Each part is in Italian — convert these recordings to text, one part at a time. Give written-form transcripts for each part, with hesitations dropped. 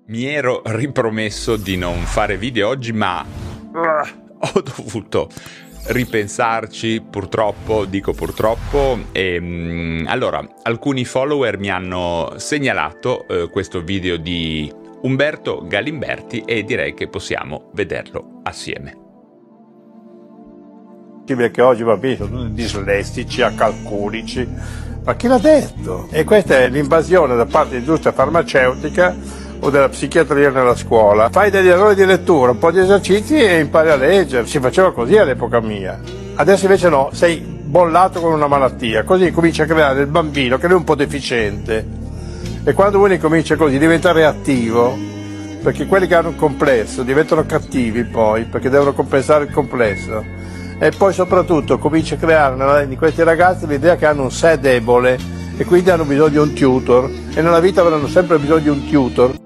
Mi ero ripromesso di non fare video oggi, ma ho dovuto ripensarci, purtroppo, dico purtroppo, e allora alcuni follower mi hanno segnalato questo video di Umberto Galimberti e direi che possiamo vederlo assieme. Perché oggi va bene, sono tutti dislessici, acalcolici, ma chi l'ha detto? E questa è l'invasione da parte dell'industria farmaceutica o della psichiatria nella scuola. Fai degli errori di lettura, un po' di esercizi e impari a leggere. Si faceva così all'epoca mia. Adesso invece no, sei bollato con una malattia, così comincia a creare il bambino che lui è un po' deficiente. E quando uno comincia così diventa reattivo, perché quelli che hanno un complesso diventano cattivi poi, perché devono compensare il complesso. E poi soprattutto comincia a creare in questi ragazzi l'idea che hanno un sé debole e quindi hanno bisogno di un tutor, e nella vita avranno sempre bisogno di un tutor.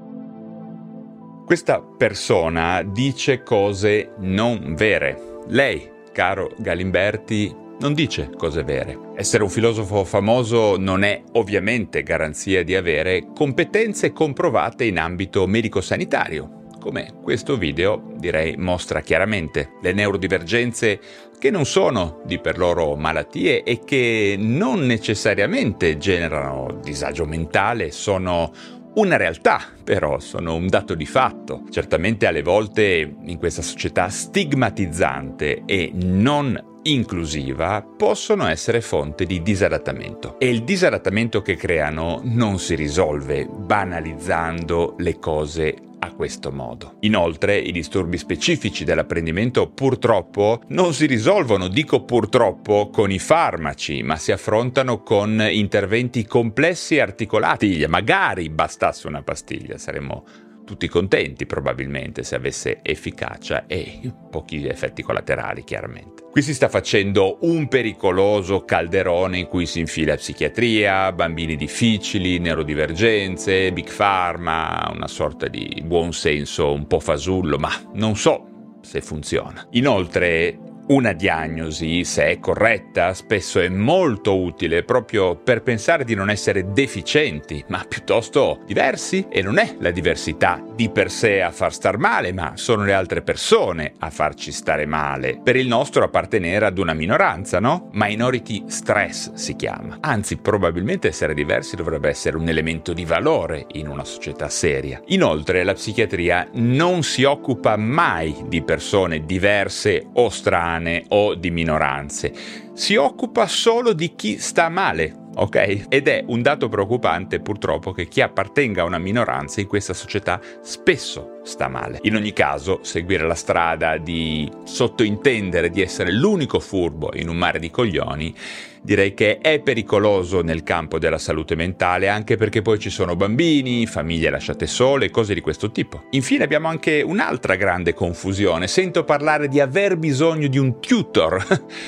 Questa persona dice cose non vere. Lei, caro Galimberti, non dice cose vere. Essere un filosofo famoso non è ovviamente garanzia di avere competenze comprovate in ambito medico-sanitario, come questo video, direi, mostra chiaramente. Le neurodivergenze che non sono di per loro malattie e che non necessariamente generano disagio mentale sono una realtà, però sono un dato di fatto. Certamente alle volte in questa società stigmatizzante e non inclusiva possono essere fonte di disadattamento. E il disadattamento che creano non si risolve banalizzando le cose a questo modo. Inoltre, i disturbi specifici dell'apprendimento purtroppo non si risolvono, dico purtroppo, con i farmaci, ma si affrontano con interventi complessi e articolati. Magari bastasse una pastiglia, saremmo tutti contenti probabilmente se avesse efficacia e pochi effetti collaterali, chiaramente. Qui si sta facendo un pericoloso calderone in cui si infila psichiatria, bambini difficili, neurodivergenze, big pharma, una sorta di buonsenso un po' fasullo, ma non so se funziona. Inoltre, una diagnosi, se è corretta, spesso è molto utile proprio per pensare di non essere deficienti, ma piuttosto diversi. E non è la diversità di per sé a far star male, ma sono le altre persone a farci stare male. Per il nostro appartenere ad una minoranza, no? Minority stress si chiama. Anzi, probabilmente essere diversi dovrebbe essere un elemento di valore in una società seria. Inoltre, la psichiatria non si occupa mai di persone diverse o strane o di minoranze, si occupa solo di chi sta male, ok? Ed è un dato preoccupante purtroppo che chi appartenga a una minoranza in questa società spesso sta male. In ogni caso, seguire la strada di sottointendere di essere l'unico furbo in un mare di coglioni direi che è pericoloso nel campo della salute mentale, anche perché poi ci sono bambini, famiglie lasciate sole, cose di questo tipo. Infine abbiamo anche un'altra grande confusione. Sento parlare di aver bisogno di un tutor,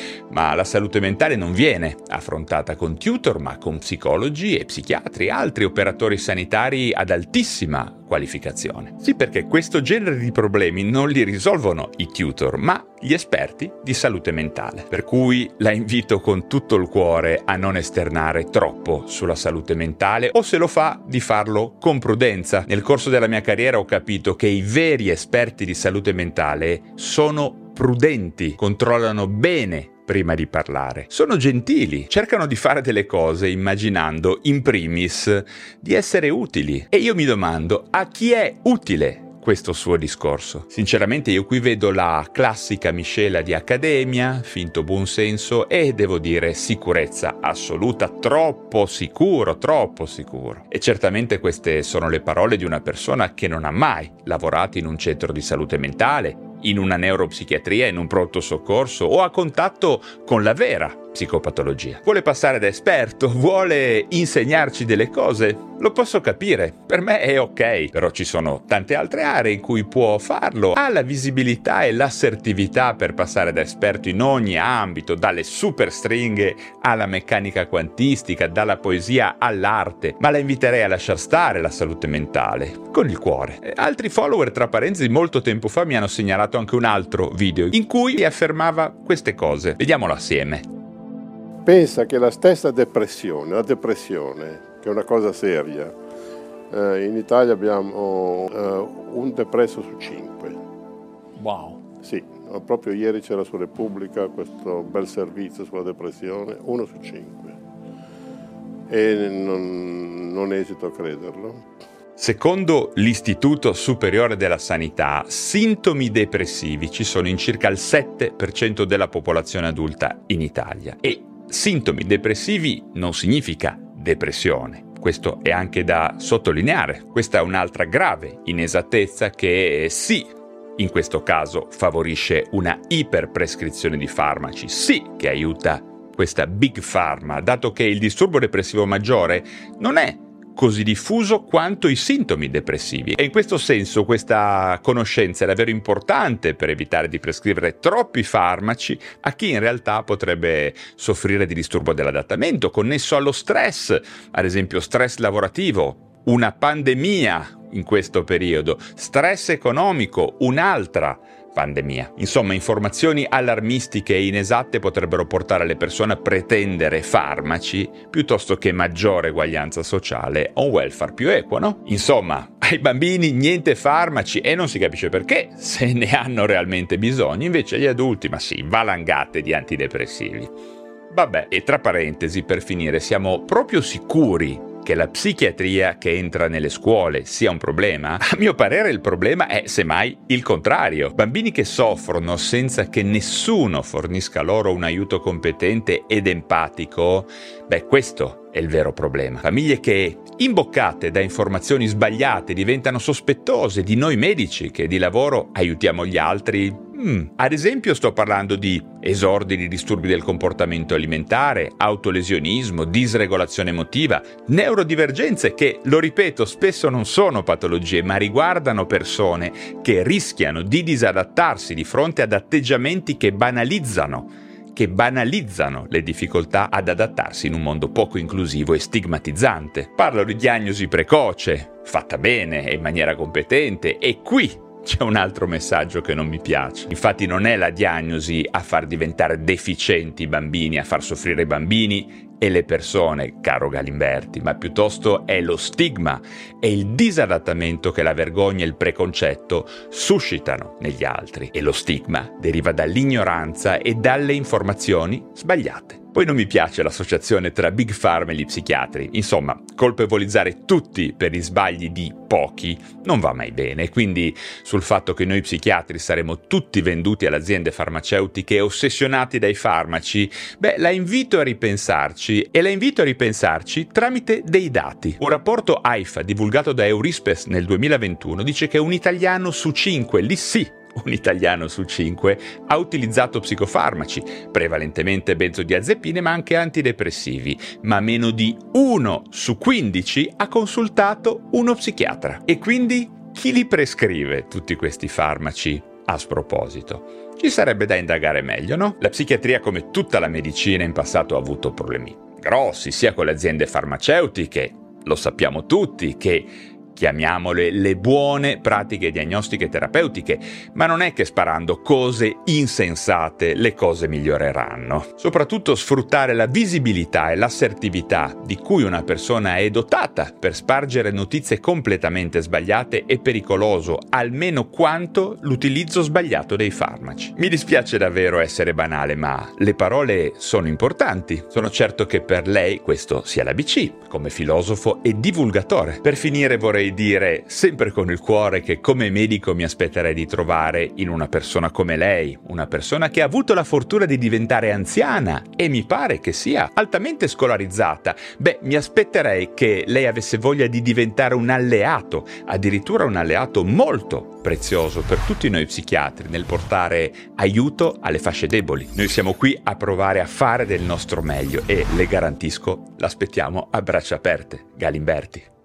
ma la salute mentale non viene affrontata con tutor, ma con psicologi e psichiatri, altri operatori sanitari ad altissima qualificazione. Sì, perché questo genere di problemi non li risolvono i tutor, ma gli esperti di salute mentale. Per cui la invito con tutto il cuore a non esternare troppo sulla salute mentale, o se lo fa, di farlo con prudenza. Nel corso della mia carriera ho capito che i veri esperti di salute mentale sono prudenti, controllano bene prima di parlare. Sono gentili, cercano di fare delle cose immaginando in primis di essere utili. E io mi domando, a chi è utile questo suo discorso? Sinceramente io qui vedo la classica miscela di accademia, finto buonsenso e, devo dire, sicurezza assoluta, troppo sicuro. E certamente queste sono le parole di una persona che non ha mai lavorato in un centro di salute mentale, in una neuropsichiatria, in un pronto soccorso o a contatto con la vera psicopatologia. Vuole passare da esperto, vuole insegnarci delle cose, lo posso capire, per me è ok, però ci sono tante altre aree in cui può farlo, ha la visibilità e l'assertività per passare da esperto in ogni ambito, dalle super stringhe alla meccanica quantistica, dalla poesia all'arte, ma la inviterei a lasciar stare la salute mentale, con il cuore. Altri follower, tra parentesi, molto tempo fa mi hanno segnalato anche un altro video in cui affermava queste cose. Vediamolo assieme. Pensa che la stessa depressione, la depressione, che è una cosa seria, In Italia abbiamo un depresso su 5. Wow. Sì, proprio ieri c'era su Repubblica questo bel servizio sulla depressione, 1 su 5. E non esito a crederlo. Secondo l'Istituto Superiore della Sanità, sintomi depressivi ci sono in circa il 7% della popolazione adulta in Italia. E sintomi depressivi non significa depressione. Questo è anche da sottolineare. Questa è un'altra grave inesattezza che sì, in questo caso favorisce una iperprescrizione di farmaci, sì che aiuta questa Big Pharma, dato che il disturbo depressivo maggiore non è così diffuso quanto i sintomi depressivi. E in questo senso questa conoscenza è davvero importante per evitare di prescrivere troppi farmaci a chi in realtà potrebbe soffrire di disturbo dell'adattamento connesso allo stress, ad esempio stress lavorativo, una pandemia in questo periodo, stress economico, un'altra pandemia. Insomma, informazioni allarmistiche e inesatte potrebbero portare le persone a pretendere farmaci piuttosto che maggiore eguaglianza sociale o un welfare più equo, no? Insomma, ai bambini niente farmaci e non si capisce perché, se ne hanno realmente bisogno, invece agli adulti, ma sì, valangate di antidepressivi. Vabbè, e tra parentesi, per finire, siamo proprio sicuri che la psichiatria che entra nelle scuole sia un problema? A mio parere il problema è semmai il contrario. Bambini che soffrono senza che nessuno fornisca loro un aiuto competente ed empatico, questo è il vero problema. Famiglie che, imboccate da informazioni sbagliate, diventano sospettose di noi medici che di lavoro aiutiamo gli altri. Ad esempio sto parlando di esordi di disturbi del comportamento alimentare, autolesionismo, disregolazione emotiva, neurodivergenze che, lo ripeto, spesso non sono patologie ma riguardano persone che rischiano di disadattarsi di fronte ad atteggiamenti che banalizzano le difficoltà ad adattarsi in un mondo poco inclusivo e stigmatizzante. Parlo di diagnosi precoce, fatta bene e in maniera competente, e qui c'è un altro messaggio che non mi piace. Infatti non è la diagnosi a far diventare deficienti i bambini, a far soffrire i bambini e le persone, caro Galimberti, ma piuttosto è lo stigma e il disadattamento che la vergogna e il preconcetto suscitano negli altri. E lo stigma deriva dall'ignoranza e dalle informazioni sbagliate. Poi non mi piace l'associazione tra Big Pharma e gli psichiatri. Insomma, colpevolizzare tutti per gli sbagli di pochi non va mai bene. Quindi sul fatto che noi psichiatri saremo tutti venduti alle aziende farmaceutiche ossessionati dai farmaci, la invito a ripensarci, e la invito a ripensarci tramite dei dati. Un rapporto AIFA divulgato da Eurispes nel 2021 dice che un italiano su 5, lì sì, un italiano su 5 ha utilizzato psicofarmaci, prevalentemente benzodiazepine ma anche antidepressivi, ma meno di 1 su 15 ha consultato uno psichiatra. E quindi chi li prescrive tutti questi farmaci a sproposito? Ci sarebbe da indagare meglio, no? La psichiatria, come tutta la medicina, in passato ha avuto problemi grossi, sia con le aziende farmaceutiche, lo sappiamo tutti, che chiamiamole le buone pratiche diagnostiche e terapeutiche, ma non è che sparando cose insensate le cose miglioreranno. Soprattutto sfruttare la visibilità e l'assertività di cui una persona è dotata per spargere notizie completamente sbagliate è pericoloso, almeno quanto l'utilizzo sbagliato dei farmaci. Mi dispiace davvero essere banale, ma le parole sono importanti. Sono certo che per lei questo sia l'ABC, come filosofo e divulgatore. Per finire vorrei dire, sempre con il cuore, che come medico mi aspetterei di trovare in una persona come lei, una persona che ha avuto la fortuna di diventare anziana e mi pare che sia altamente scolarizzata. Mi aspetterei che lei avesse voglia di diventare un alleato, addirittura un alleato molto prezioso per tutti noi psichiatri nel portare aiuto alle fasce deboli. Noi siamo qui a provare a fare del nostro meglio e le garantisco, l'aspettiamo a braccia aperte. Galimberti.